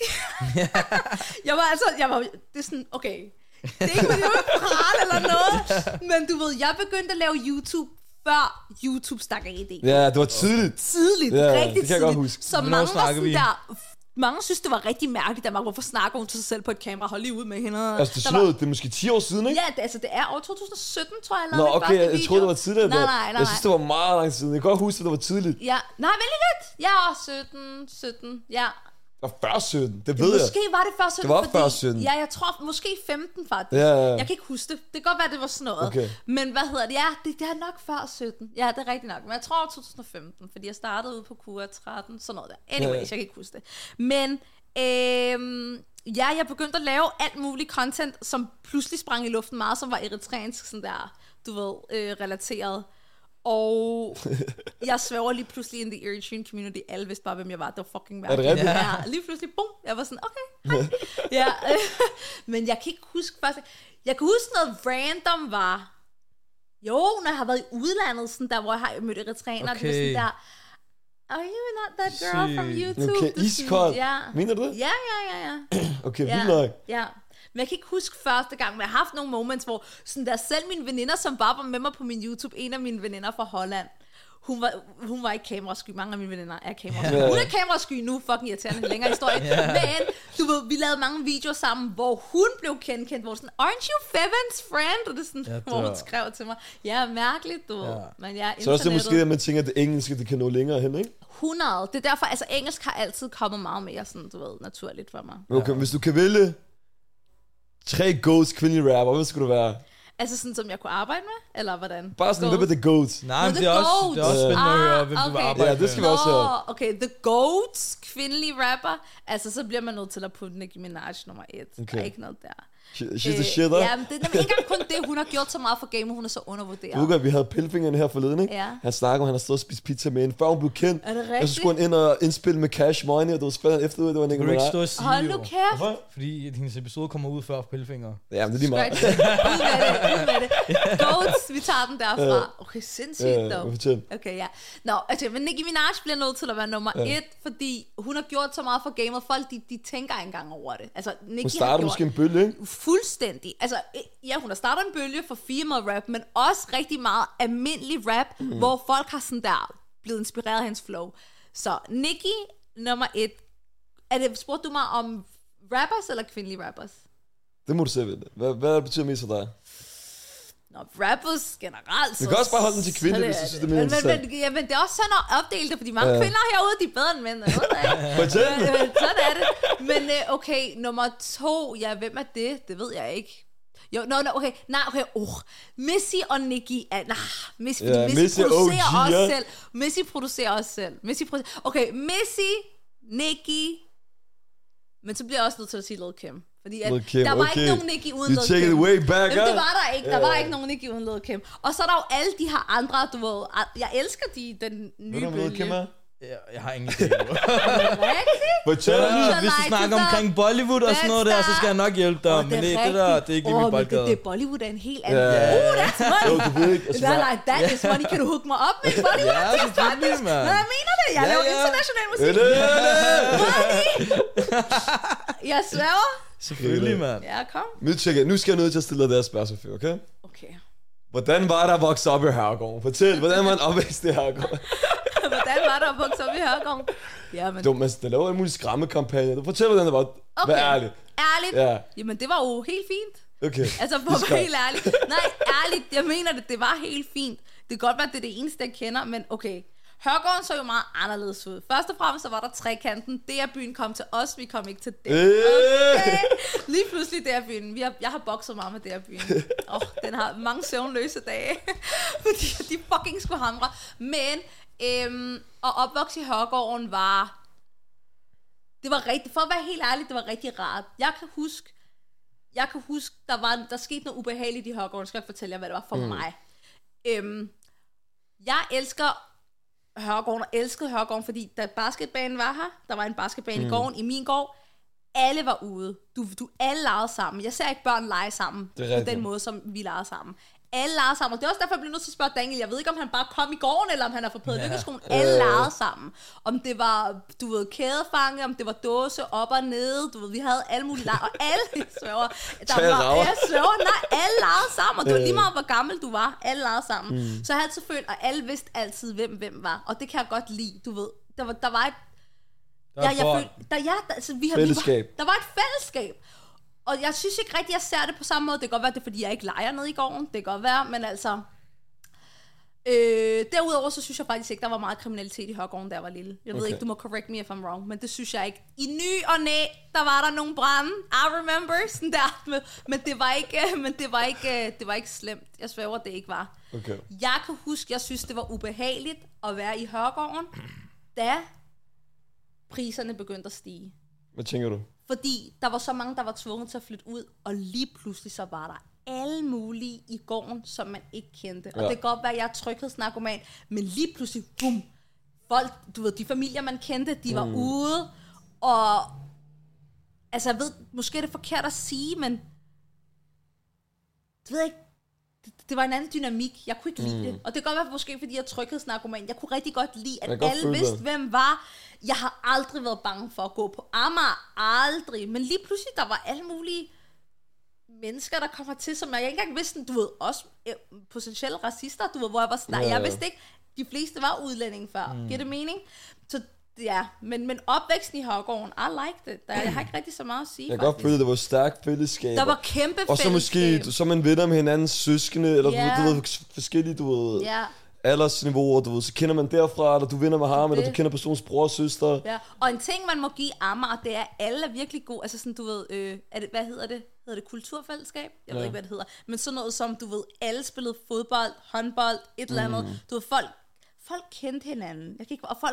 jeg var altså... Jeg var, det er sådan, okay... Det er ikke, fordi jeg var prale eller noget. Men du ved, jeg begyndte at lave YouTube, før YouTube stak af det. Ja, det var tidligt. Tidligt, Ja, rigtig det kan jeg godt tidligt. huske. Så Hvornår mange var snakker sådan vi? der... Mange synes, det var rigtig mærkeligt, der var, hvorfor snakker hun til sig selv på et kamera? Hold lige ud med hende. Altså, det, Der er var- noget, det er måske ti år siden, ikke? Ja, det, altså det er år to tusind sytten, tror jeg, jeg Nå, lavede min okay, første jeg, jeg video. troede, det var tidligere. Nej, der. nej, nej. Jeg synes, det var meget lang tid siden. Jeg kan godt huske, at det var tidligt. Ja, nej, vent lige lidt. Jeg er også sytten, sytten, ja. Og før sytten, det ved jeg. Måske var det før sytten, Det var fordi, før sytten. Ja, jeg tror måske femten faktisk. Ja, ja, ja. Jeg kan ikke huske det. Det kan godt være, det var sådan noget. Okay. Men hvad hedder det? Ja, det, det er nok før sytten. Ja, det er rigtigt nok. Men jeg tror to tusind femten, fordi jeg startede ude på Q R tretten, sådan noget der. Anyways, Ja, ja. jeg kan ikke huske det. Men øhm, ja, jeg begyndte at lave alt muligt content, som pludselig sprang i luften meget, som var eritreansk, sådan der, du ved, øh, relateret. Og jeg svæver lige pludselig in the Eritrean community. Alle vidste bare, hvem jeg var. Det var fucking mærkeligt. Er det rigtigt? Ja, lige pludselig, bum. Jeg var sådan, okay, hej. Ja, øh, men jeg kan ikke huske først. Jeg kan huske noget random var... Jo, når jeg har været i udlandet, sådan der, hvor jeg har mødt eritreanere, okay. Det var sådan Okay. der... Are you not that girl from Sygt. YouTube? Okay, Det er sådan- iskoldt. Ja. Mener du det? Ja, ja, ja, ja. Okay, Ja, vildt nok. ja. Men jeg kan ikke huske første gang, men jeg har haft nogle moments, hvor sådan der selv mine veninder, som bare var med mig på min YouTube, en af mine veninder fra Holland, hun var, hun var ikke kamerasky. Mange af mine veninder er kamerasky. Ja. Hun er kamerasky nu, fucking irriterende, længere historie. Men du ved, vi lavede mange videoer sammen, hvor hun blev kendt, hvor sådan, aren't you Fevens friend? Og det er sådan, Ja, det hvor hun var- skrev til mig, ja, mærkeligt, du ved. Ja. Men ja, Så er det måske, internettet- at man tænker, at det engelske, det kan nå længere hen, ikke? hundrede. Det er derfor, altså engelsk har altid kommet meget mere sådan, du ved, naturligt for mig. Okay, hvis du kan vælge tre goats kvindelige rapper, hvad skulle du være? Altså sådan, som jeg kunne arbejde med, eller hvordan? Bare sådan, Goat. hvem er the goats? Nej, Nå, men The det er, også, Goats. det er også spændende at høre, Ah, hvem du vil okay. arbejde Ja, det skal vi med. også høre. Nå, okay, The Goats, kvindelige rapper. Altså, så bliver man nødt til at putte Nicki Minaj nummer et. Okay. Der er ikke noget der. She's the shit, ja, men det er nemlig ikke engang kun det. Hun har gjort så meget for gamet, hun er så undervurderet. Du ved godt, vi havde Pilfingeren her forleden, ikke? Ja. Han snakker om, han har stået og spist pizza med hende, før hun blev kendt. Er det Og så rigtigt? skulle han ind og indspille med Cash Money, og det var spændende efter, det var Nicki Du kan ikke stå Minaj. og sige Hold nu jo. kæft. Hvorfor? Fordi at hendes episode kommer ud før Pelfinger. Ja, men det er lige meget. Scratch. Ud med det, ud med det. Goats, vi tager den derfra. Okay, sindssygt Ja, dog. hvad fortæl? Okay, ja. Nå, altså, men Nicki Minaj bliver nødt til at være nummer ja. et, fordi hun har gjort så meget for gamet. Folk, de, de tænker ikke engang over det. Altså, Nicki Hun har starter gjort måske en bølge, ikke? fuldstændig. Altså, ja, hun har startet en bølge for female rap, men også rigtig meget almindelig rap, mm. hvor folk har sådan der blevet inspireret af hendes flow. Så Nicki, nummer et. Er det, spurgte du mig om rappers eller kvindelige rappers? Det må du selv vælge. Hvad, hvad betyder mest for dig? Nå, rappers generelt. Vi kan også bare holde den til kvinder, så hvis du synes, det er mere men, interessant. men, ja, men det er også sådan at opdele det, fordi mange Ja. kvinder herude, de er bedre end mænd. Jeg ved det ikke. Fortæl Men, mig. øh, sådan er det. Men øh, okay, nummer to, ja, hvem er det? Det ved jeg ikke. Jo, no, no, okay, nej, okay, oh. Missy og Nicki er, nah, Missy, fordi Ja, Missy, Missy er producerer O G, også ja. selv. Missy producerer også selv. Missy producerer, okay, Missy, Nicki, men så bliver jeg også nødt til at sige Lil Kim. Fordi at Lil Kim, der var okay. ikke nogen Nicki uden You Lil take Kim. it way back, Jamen, det huh? var der ikke. Der Ja. var ikke nogen Nicki uden Lil Kim. Og så er der jo alle de her andre, du ved, jeg elsker de, den nye Ved du, hvad Lil Kim bølge. er? Jeg, jeg har ingen idé. Fortæl Ja, mig. hvis du snakker omkring Bollywood og sådan noget der, så skal jeg nok hjælpe dig. Oh, men det, det der, det er ikke lige oh, mit boldgade. Det, det Bollywood er en helt anden. Ja. Oh, that's money. Jo, du ved ikke. Altså, That like that is money. Kan du hooke mig op med Bollywood? Ja, Det er selvfølgelig, faktisk- mand. Nå, jeg mener det. Jeg Ja, laver ja. international Er musik. det? Jeg sværger. Selvfølgelig, mand. Ja, kom. Midtjekker, nu skal jeg nødt til at stille dig deres spørgsmål, okay? Okay. Hvordan var der at vokse op i Herregården? Fortæl, hvordan var en opvækst i Herregården? Hvordan var der at vokse op i Hørgården? Ja, men... Du, man, der laver en mulig skræmmekampagne. Du fortæl, hvordan det var. Okay. Vær ærlig. Ærligt? Ja. Jamen, det var jo helt fint. Okay. Altså, for at være helt ærlig. Nej, ærligt, jeg mener det, det var helt fint. Det kan godt være, at det er det eneste, jeg kender, men okay. Hørgården så jo meget anderledes ud. Først og fremmest så var der trekanten. Det er byen kom til os, vi kom ikke til dem. Okay. Lige pludselig det er byen. Vi har, jeg har bokset meget med det her byen. Oh, den har mange søvnløse dage. Fordi de fucking skulle hamre. Men øhm, at opvokse i Hørgården var... Det var rigtig... For at være helt ærlig, det var rigtig rart. Jeg kan huske... Jeg kan huske, der var der skete noget ubehageligt i Hørgården. Skal jeg fortælle jer, hvad det var for mm. mig. Øhm, jeg elsker Hørgården og elskede Hørgården, fordi da basketbanen var her, der var en basketbane mm. i gården, i min gård, alle var ude. Du, du alle legede sammen. Jeg ser ikke børn lege sammen på rigtigt. den måde, som vi legede sammen. Alle legede sammen. Og det er også derfor, jeg blev nødt til at spørge Daniel. Jeg ved ikke, om han bare kom i gården, eller om han har fået pædet lykkeskoen. Alle legede sammen. Om det var, du ved, kædefange, om det var dåse op og nede. Du ved, vi havde alle mulige leger. Og alle svøver. Der var, jeg svøver, nej, alle legede sammen. Og det var lige meget, hvor gammel du var. Alle legede sammen. Mm. Så jeg havde selvfølgelig, og alle vidste altid, hvem hvem var. Og det kan jeg godt lide, du ved. Der var, der var et... Der Ja, jeg følte, der, ja, der, altså, vi har, Fællesskab. Vi var, der var et fællesskab. Og jeg synes ikke rigtig, jeg ser det på samme måde. Det kan godt være, det er, fordi jeg ikke leger nede i gården. Det kan godt være, men altså... Øh, derudover, så synes jeg faktisk ikke, der var meget kriminalitet i Hørgården, da jeg var lille. Jeg ved Okay. ikke, du må correct me if I'm wrong, men det synes jeg ikke. I ny og næ, der var der nogle brænde. I remember, sådan der. Men, men det var ikke, men det var ikke, det var ikke slemt. Jeg sværger, det ikke var. Okay. Jeg kan huske, jeg synes, det var ubehageligt at være i Hørgården, da priserne begyndte at stige. Hvad tænker du? Fordi der var så mange, der var tvunget til at flytte ud, og lige pludselig så var der alle mulige i gården, som man ikke kendte. Og Ja. det kan godt være, at jeg er tryghedsnarkoman, men lige pludselig, bum, folk, du ved, de familier, man kendte, de var mm. ude, og altså, jeg ved, måske er det forkert at sige, men det ved jeg ikke, det, det var en anden dynamik. Jeg kunne ikke lide mm. det. Og det kan godt være måske, fordi jeg er tryghedsnarkoman. Jeg kunne rigtig godt lide, at godt alle føle vidste, det. hvem var. Jeg har aldrig været bange for at gå på Amager. Aldrig. Men lige pludselig, der var alle mulige mennesker, der kommer til, som jeg ikke engang vidste, du ved, også øh, potentielle racister, du ved, hvor jeg var sådan, Ja. jeg vidste ikke, de fleste var udlændinge før. Mm. Giver det mening? Så ja, men, men opvæksten i Hørgården, I liked it. Der, jeg har ikke rigtig så meget at sige, Jeg kan godt faktisk. føle, at det var stærkt fællesskab. Der var kæmpe Og så måske, fællesskab. så er man venner med hinandens søskende, eller Ja. du, ved, du ved, forskellige, du ved, Ja. aldersniveauer, du ved, så kender man derfra, eller du vinder med ham, eller Det. du kender personens bror og søster. Ja, og en ting, man må give Amager, det er, at alle er virkelig gode. Altså sådan, du ved, øh, er det, hvad hedder det? Hedder det kulturfællesskab? Jeg ja. ved ikke, hvad det hedder. Men sådan noget som, du ved, alle spillede fodbold, håndbold, et eller andet. Mm. Du ved, folk, folk kendte hinanden. Jeg gik, og folk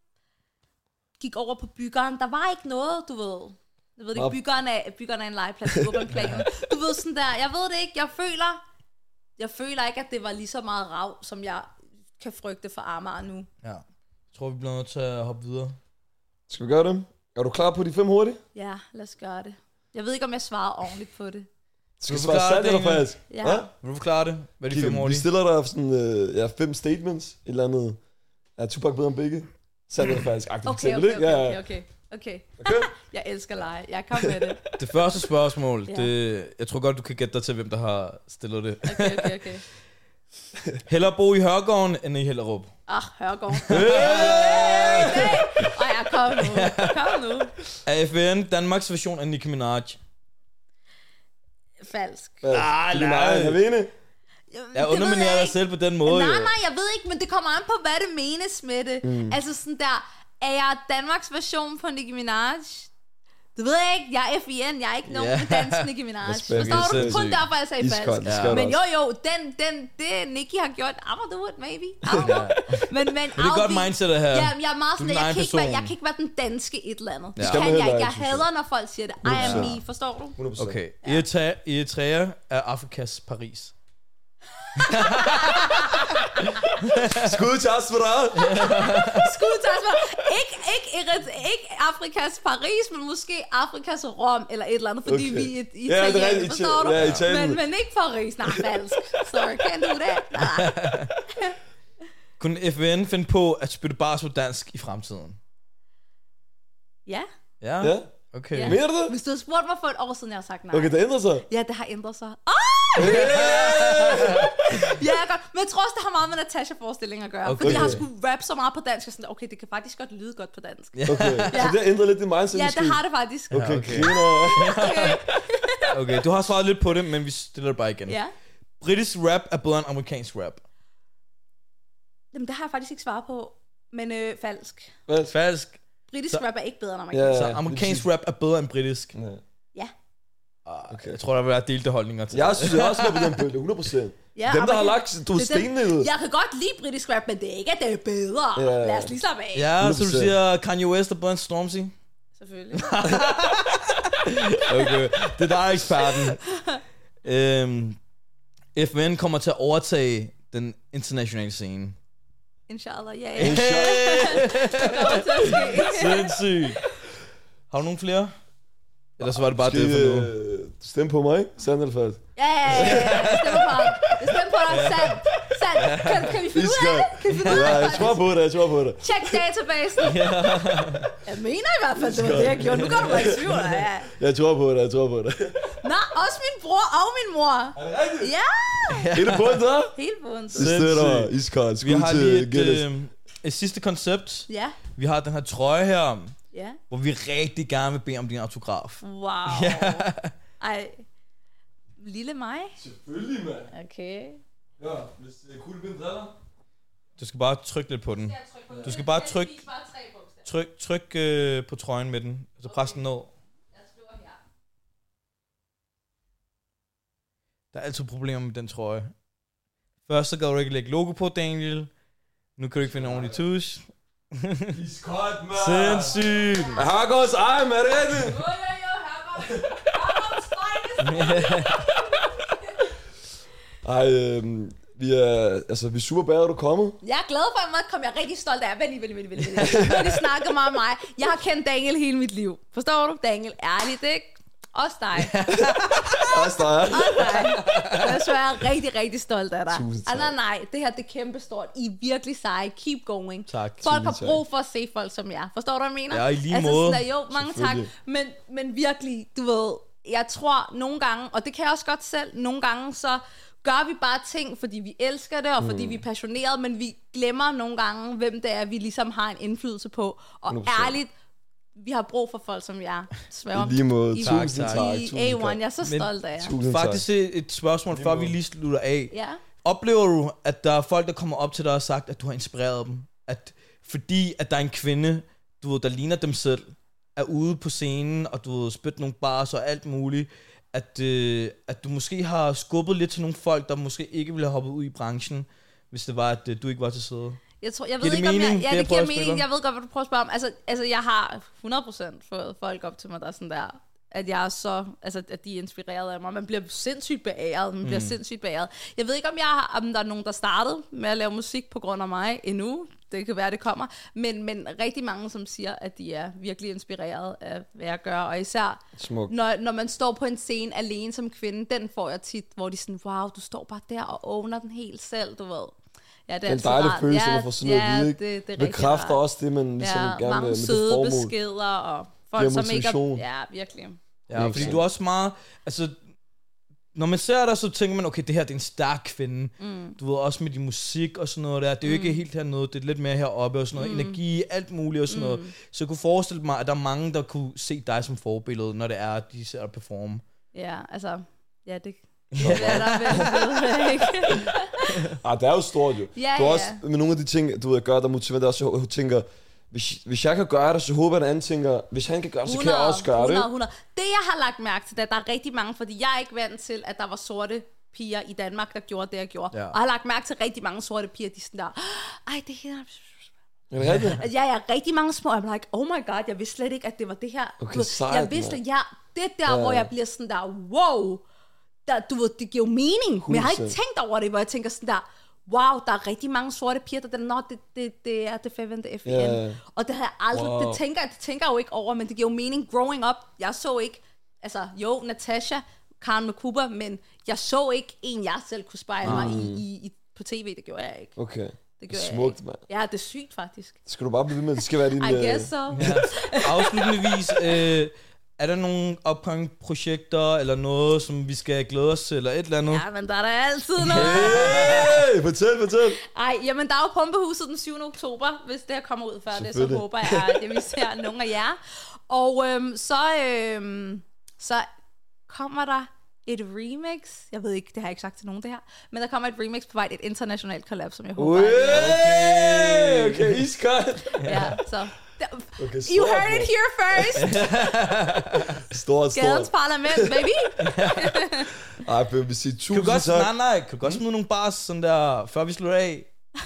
gik over på byggeren. Der var ikke noget, du ved. Jeg ved det ikke, byggeren er, byggeren er en legeplads i Urbanplanen. Du ved sådan der, jeg ved det ikke, jeg føler, jeg føler ikke, at det var lige så meget rav, som jeg kan frygte for Amager nu. Ja. Jeg tror, vi bliver nødt til at hoppe videre. Skal vi gøre det? Er du klar på de fem hurtige? Ja, lad os gøre det. Jeg ved ikke, om jeg svarer ordentligt på det. Skal vi du svare forklare sandt det, eller Inge? falsk? Ja. Hva? Vil du forklare det? Hvad er de Kigger, fem vi hurtige? stiller dig sådan, øh, ja, fem statements, et eller andet. Er Tupac bedre om begge? Sandt eller falsk? Agtigt, Okay, eksempel, okay, ikke? okay, Ja, okay, okay. okay. Jeg elsker lege. Jeg kom med det. Det første spørgsmål, Ja. det, jeg tror godt, du kan gætte dig til, hvem der har stillet det. Okay, okay, okay. Hellere bo i Hørgården, end i Hellerup. Ah, Hørgården. Hey, hey. Ej, jeg kom nu. Kom nu. Er F N Danmarks version af Nicki Minaj? Falsk. Ah, Din nej. egen, er vi enige? Jeg underminerer dig selv på den måde, Nej, jo. nej, jeg ved ikke, men det kommer an på, hvad det menes med det. Mm. Altså sådan der, er jeg Danmarks version på Nicki Minaj? Det ved jeg ikke. Jeg er F I N. Jeg er ikke nogen Ja. yeah. dansk Nicki Minaj. Respekt. Forstår du? Sindssygt. Kun derfor, jeg sagde Iskoldt, falsk. det skal Men du jo, også. jo, den, den, det Nicki har gjort, I'm gonna do it, maybe. I don't know. Men, men, Men det er godt mindset her. Ja, jeg er meget Du er sådan, din jeg egen kan, ikke være, person. jeg kan ikke være den danske et eller andet. Ja. Det Skal man kan jeg heller ikke. Jeg ikke, synes jeg. hader, når folk siger det. I am me. Forstår du? hundrede procent. Okay. Eritrea, Eritrea er Afrikas Paris. Skud til Asperad. Skud til Asperad. Ikke, ikke, ikke, ikke Afrikas Paris, men måske Afrikas Rom, eller et eller andet, fordi Okay. vi er i Ja, det er Italien, rigtigt. forstår du? Ja, Italien. Men, men ikke Paris. Nej, falsk. Sorry, can't do that. Nej. Kunne F N finde på at spytte bars på dansk i fremtiden? Ja. Ja? Ja. Okay. Ja. Mener du det? Hvis du havde spurgt mig for et år siden, jeg har sagt nej. Okay, det ændrer sig. Ja, det har ændret sig. Oh! Ja, godt. Men jeg tror også, det har meget med Natasha-forestillingen at gøre. Okay. Okay. Fordi jeg har skulle rap så meget på dansk. Og sådan, okay, det kan faktisk godt lyde godt på dansk. Ja, Okay, Ja. så det har ændret lidt din mindset ja måske? det har det faktisk. Okay, Ja, okay. okay. Griner. Okay, du har svaret lidt på det, men vi stiller det bare igen. Ja. Britisk rap er bedre end amerikansk rap. Jamen, det har jeg faktisk ikke svaret på. Men øh, falsk. Hvad? Falsk. Britisk Så- rap er ikke bedre end Ja, amerikansk. Så det er amerikansk præcis. rap er bedre end britisk. Ja. Ja. Ah, Okay. Jeg tror, der vil være delte holdninger til Jeg synes, jeg også er på den bølge, hundrede procent. Ja, Dem, der har amerikan- lagt du Det er dem- stenene ud. Jeg kan godt lide britisk rap, men det er ikke, at det er bedre. Ja. Lad os lige slappe af. Ja, hundrede så du procent. siger Kanye West er bedre end Stormzy? Selvfølgelig. Okay, det er dig eksperten. øhm, F N kommer til at overtage den internationale scene. Inshallah, ja, ja. Sindssygt. Har du nogle flere? Eller så var det bare Skal det for nu. øh, stem på mig? Sand eller falsk? Ja, ja, ja, ja. Jeg stemmer på ham. Jeg stemmer på dig. Sandt. Sandt. Kan, kan vi finde ud af det? Kan vi finde ud Ja, af jeg det? tror på det, jeg tror på det. Check databasen. Jeg mener i hvert fald, det var det, jeg gjorde. Nu går du mig i tvivl. Ja. Jeg tror på det, jeg tror på det. Nå, også min bror og min mor. Er det rigtigt? Ja. Hele bunden der? Hele bunden. Det støtter iskoldt. Vi Skud har lige til et, Gilles. øh, et sidste koncept. Ja. Vi har den her trøje her, Ja. hvor vi rigtig gerne vil bede om din autograf. Wow. Ej. Lille mig. Selvfølgelig, mand. Okay. Ja, hvis kuglebind driller. Du skal bare trykke lidt på den. Du skal bare trykke tryk, tryk øh, på trøjen med den. Så pres den ned. Jeg skriver her. Der er altid problemer med den trøje. Først så gad du ikke lægge logo på, Daniel. Nu kan du ikke finde ordentlig tusch. Iskoldt, mand. Sindssygt. Hagos arm, er det rigtigt? Jo, jo, jo. Her var Ej, øhm, vi er, altså, vi er super bad, at du er kommet. Jeg er glad for, at jeg kom jeg rigtig stolt af. Vent lige, vent lige, vent lige, vent lige. Nu har de snakket meget om mig. Jeg har kendt Daniel hele mit liv. Forstår du? Daniel, ærligt, ikke? Også dig. Også dig. Også dig. Jeg så jeg er rigtig, rigtig stolt af dig. Tusind tak. Ah, nej, nej. Det her, det er kæmpestort. I er virkelig seje. Keep going. Tak. Folk har Tusind brug for at se folk som jer. Forstår du, hvad jeg mener? Ja, i lige altså, måde. Sådan der, jo, mange tak. Selvfølgelig. Men, men virkelig, du ved, jeg tror nogle gange, og det kan jeg også godt selv, nogle gange så gør vi bare ting, fordi vi elsker det, og fordi Mm. vi er passionerede, men vi glemmer nogle gange, hvem det er, vi ligesom har en indflydelse på. Og hundrede procent. ærligt, vi har brug for folk som jer. Svær. I lige måde. I, Tak, Tusind tak. tak. I Tusind A et, tak. jeg er så Men- stolt af jer. Tusind tak. Faktisk et, et spørgsmål, før vi lige slutter af. Ja. Oplever du, at der er folk, der kommer op til dig og har sagt, at du har inspireret dem? At fordi at der er en kvinde, du ved, der ligner dem selv, er ude på scenen, og du ved, spytte nogle bars og alt muligt, at, øh, at du måske har skubbet lidt til nogle folk, der måske ikke ville have hoppet ud i branchen, hvis det var, at øh, du ikke var til stede? Jeg, tror, jeg Giver ved det ikke, om mening, jeg... det, Ja, jeg det prøver giver at spørge mening. om? Jeg ved godt, hvad du prøver at spørge om. Altså, altså jeg har hundrede procent fået folk op til mig, der er sådan der... At jeg er så... Altså, at de er inspireret af mig. Man bliver sindssygt beæret. Man bliver Mm. sindssygt beæret. Jeg ved ikke, om, jeg har, om der er nogen, der startede med at lave musik på grund af mig endnu. Det kan være, det kommer. Men, men rigtig mange, som siger, at de er virkelig inspireret af, hvad jeg gør. Og især, Smuk. når, når man står på en scene alene som kvinde, den får jeg tit, hvor de er sådan, wow, du står bare der og owner den helt selv, du ved. Ja, det er, Det er en altid dejlig rart. følelse, ja, at få sådan noget ja, at vide, ikke? det, det er rigtig Bekræfter rart. også det, man ligesom Ja, gerne vil mange med det søde formål. beskeder, og folk, Giver som ikke motivation. er... Ja, virkelig. Ja, fordi du er også meget... Altså, når man ser dig, så tænker man, okay, det her det er en stærk kvinde. Mm. Du ved, også med din musik og sådan noget der. Det er jo ikke helt hernede, det er lidt mere heroppe og sådan noget. Mm. Energi, alt muligt og sådan mm. noget. Så jeg kunne forestille mig, at der er mange, der kunne se dig som forbillede, når det er, at de ser dig performe. Ja, altså... Ja, det... Ja, det er der vel, ikke? Ah, det er jo stort jo. Ja, du har ja. også med nogle af de ting, du ved, gør, der motiverer dig også, jeg tænker, hvis, hvis jeg kan gøre det, så håber jeg, at anden tænker, hvis han kan gøre det, så kan jeg også gøre hundrede, det. hundrede. Det, jeg har lagt mærke til, det er, at der er rigtig mange, fordi jeg er ikke vant til, at der var sorte piger i Danmark, der gjorde det, jeg gjorde. Ja. Og jeg har lagt mærke til rigtig mange sorte piger, de er sådan der, ej, det her... Er det rigtigt? Altså, jeg er rigtig mange små, I'm like, oh my god, jeg vidste slet ikke, at det var det her. Okay, Du ved, sejt, jeg vidste, mand. ja, det der, Ja. hvor jeg bliver sådan der, wow, der, du ved, det giver jo mening. Men jeg har ikke hundrede procent. tænkt over det, hvor jeg tænker sådan der, wow, der er rigtig mange sorte piger, der er, nå, det, det, det er det forventede F E N. Ja. Og det har jeg aldrig, Wow. det tænker jeg, det tænker jeg jo ikke over, men det giver jo mening. Growing up, jeg så ikke, altså jo, Natasha, Karen McCooper, men jeg så ikke en, jeg selv kunne spejle mig i, i, i på tv, det gjorde jeg ikke. Okay. Det gjorde Smukt, jeg ikke. mand. Ja, det er sygt faktisk. Det skal du bare blive ved med. Det skal være din... I øh, guess so. Ja. Afslutningsvis, øh, er der nogle upcoming projekter, eller noget, som vi skal glæde os til, eller et eller andet? Ja, men der er der altid noget. Hey, fortæl, fortæl. Ej, jamen der er jo Pumpehuset den syvende oktober, hvis det her kommer ud før det, så Selvfølgelig. håber jeg, at vi ser nogle af jer. Og øhm, så, øhm, så kommer der et remix. Jeg ved ikke, det har jeg ikke sagt til nogen det her. Men der kommer et remix på vej, et internationalt collab, som jeg håber. Okay, okay, iskoldt. Ja, så... Okay, You heard it here first. Stort, Gadens stort. parlament, baby. Ej, jeg vil sige Kan tusind du godt, tak. nej, nej, kan du godt smide nogle bars sådan der, før vi slutter af?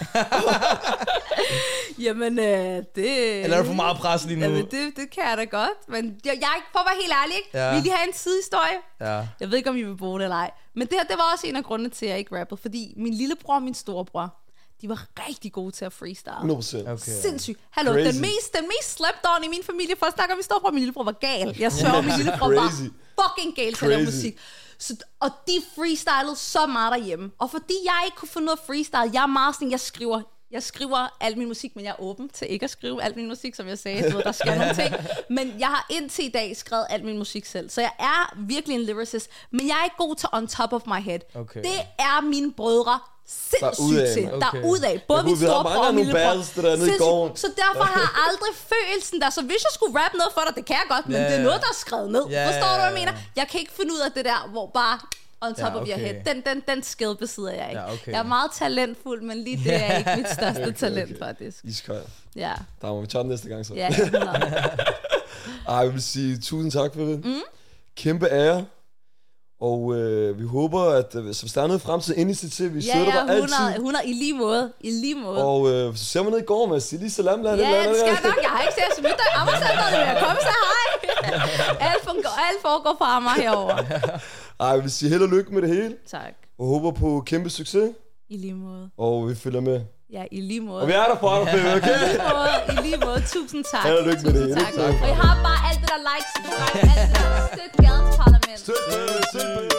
Jamen, øh, det... Eller er der for meget pres lige nu? Jamen, det, det kan jeg da godt. Men jeg, jeg for at være helt ærlig, ikke? Ja. Vi lige have en sidehistorie. Ja. Jeg ved ikke, om I vil bruge det eller ej. Men det her, det var også en af grundene til, at jeg ikke rappede. Fordi min lillebror og min storebror, de var rigtig gode til at freestyle. hundrede procent. Okay. Sindssygt. Hallo, Crazy. den mest, den mest slept on i min familie, for at snakke om min storebror og min lillebror, var gal. Jeg svær, min lillebror var Crazy. fucking gal til at lave Crazy. musik. Så, og de freestylede så meget derhjemme. Og fordi jeg ikke kunne finde noget freestyle, jeg er meget sådan, jeg skriver, jeg skriver al min musik, men jeg er åben til ikke at skrive al min musik, som jeg sagde. Du ved, der sker nogle ting. Men jeg har indtil i dag skrevet al min musik selv. Så jeg er virkelig en lyricist. Men jeg er ikke god til on top of my head. Okay. Det er mine brødre sindssygt Derudad, til. man. Okay. Derudad. Både Jeg min kunne- vi har storebror mange og min nogle lillebror. battles, det der nede i Sindssygt. gården. Så derfor har jeg aldrig følelsen der. Så hvis jeg skulle rappe noget for dig, det kan jeg godt, men Ja, det er ja. noget, der er skrevet ned. Ja, Forstår du, hvad jeg ja, mener? Jeg kan ikke finde ud af det der, hvor bare on top Ja, of your okay. head. Den, den, den skill besidder jeg ikke. Ja, okay. Jeg er meget talentfuld, men lige det er ikke mit største Okay, talent, okay. faktisk. Iskold. Ja, Der må vi tage den næste gang så. ja, hundrede. Ej, jeg vil sige tusind tak for det. Mm. Kæmpe ære. Og øh, vi håber, at øh, hvis der er noget fremtid ind i sit til, vi Ja, støtter ja, dig hundrede, altid. hundrede, i lige måde. I lige måde. Og øh, så ser man ned i går med at sige lige salam. Lad, Ja, det skal jeg nok. Jeg har ikke set så vidt. Amager Center, det vil jeg komme så hej. Alt foregår, alt foregår fra Amager herovre. Ej, jeg vil sige held og lykke med det hele. Tak. Og håber på kæmpe succes. I lige måde. Og vi følger med. Ja, i lige måde. Og vi er der for dig, okay? I lige måde, i lige måde. Tusind tak. Held og lykke med det Tusind hele. tak. Tak. Og I har bare alt det der likes, subscribe, alt det der. Støt Gadens parlament. Støt med, støt med.